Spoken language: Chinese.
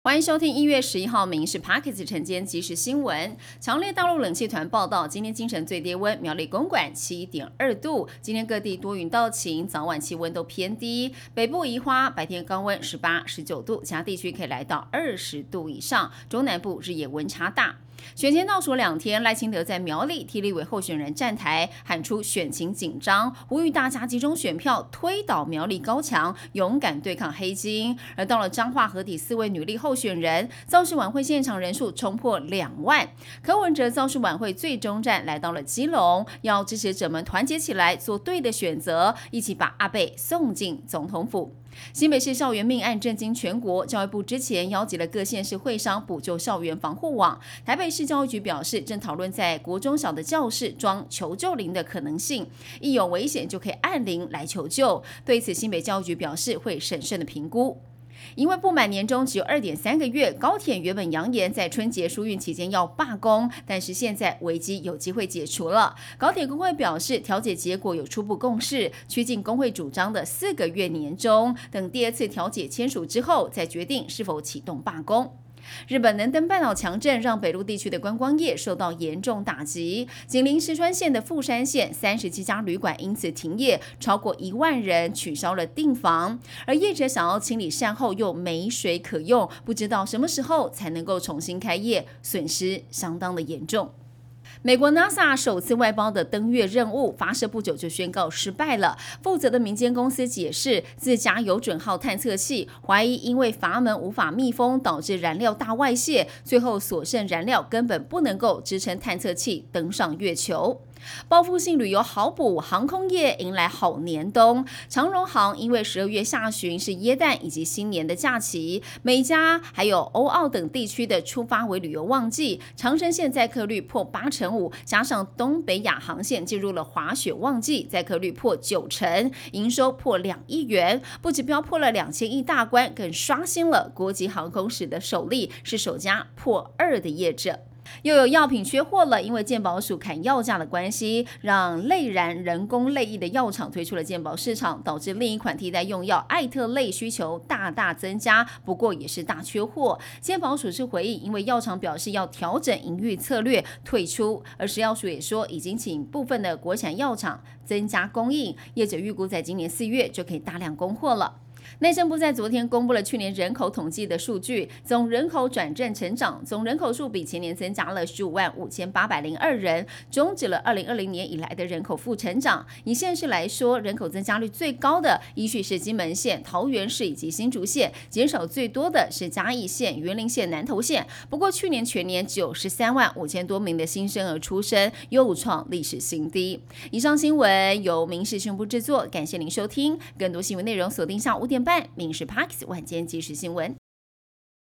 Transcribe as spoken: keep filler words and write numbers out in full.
欢迎收听一月十一号民事 Podcast 晨间即时新闻。强烈大陆冷气团报道，今天清晨最低温苗栗公馆 七点二度。今天各地多云到晴，早晚气温都偏低。北部宜花白天高温十八、十九度，其他地区可以来到二十度以上。中南部日夜温差大。选前倒数两天，赖清德在苗栗替立委候选人站台，喊出选情紧张，呼吁大家集中选票推倒苗栗高墙，勇敢对抗黑金。而到了彰化合体四位女力候选人，造势晚会现场人数冲破两万。柯文哲造势晚会最终站来到了基隆，要支持者们团结起来，做对的选择，一起把阿伯送进总统府。新北市校园命案震惊全国，教育部之前邀集了各县市会商补救校园防护网。台北市教育局表示，正讨论在国中小的教室装求救铃的可能性，一有危险就可以按铃来求救。对此，新北教育局表示会审慎的评估。因为不满年终只有 二点三个月，高铁原本扬言在春节疏运期间要罢工，但是现在危机有机会解除了。高铁工会表示，调解结果有初步共识，趋近工会主张的四个月年终，等第二次调解签署之后，再决定是否启动罢工。日本能登半岛强震让北陆地区的观光业受到严重打击，紧邻石川县的富山县三十七家旅馆因此停业，超过一万人取消了订房，而业者想要清理善后又没水可用，不知道什么时候才能够重新开业，损失相当的严重。美国 NASA 首次外包的登月任务发射不久就宣告失败了。负责的民间公司解释，自家有准号探测器怀疑因为阀门无法密封，导致燃料大外泄，最后所剩燃料根本不能够支撑探测器登上月球。报复性旅游好补，航空业迎来好年冬。长荣航因为十二月下旬是耶诞以及新年的假期，美加还有欧澳等地区的出发为旅游旺季，长程线载客率破八成五，加上东北亚航线进入了滑雪旺季，载客率破九成，营收破两亿元，不止飙破了两千亿大关，更刷新了国际航空史的首例，是首家破二的业者。又有药品缺货了，因为健保署砍药价的关系，让类燃人工泪液的药厂推出了健保市场，导致另一款替代用药艾特类需求大大增加，不过也是大缺货。健保署是回应，因为药厂表示要调整营运策略退出，而食药署也说已经请部分的国产药厂增加供应，业者预估在今年四月就可以大量供货了。内政部在昨天公布了去年人口统计的数据，总人口转正成长，总人口数比前年增加了十五万五千八百零二人，终止了二零二零年以来的人口负成长。以县市来说，人口增加率最高的依序是金门县、桃园市以及新竹县，减少最多的是嘉义县、员林县、南投县。不过去年全年只有十三万五千多名的新生儿出生，又创历史新低。以上新闻由民事讯部制作，感谢您收听。更多新闻内容锁定下午五点半，民事 Parks 晚间即时新闻。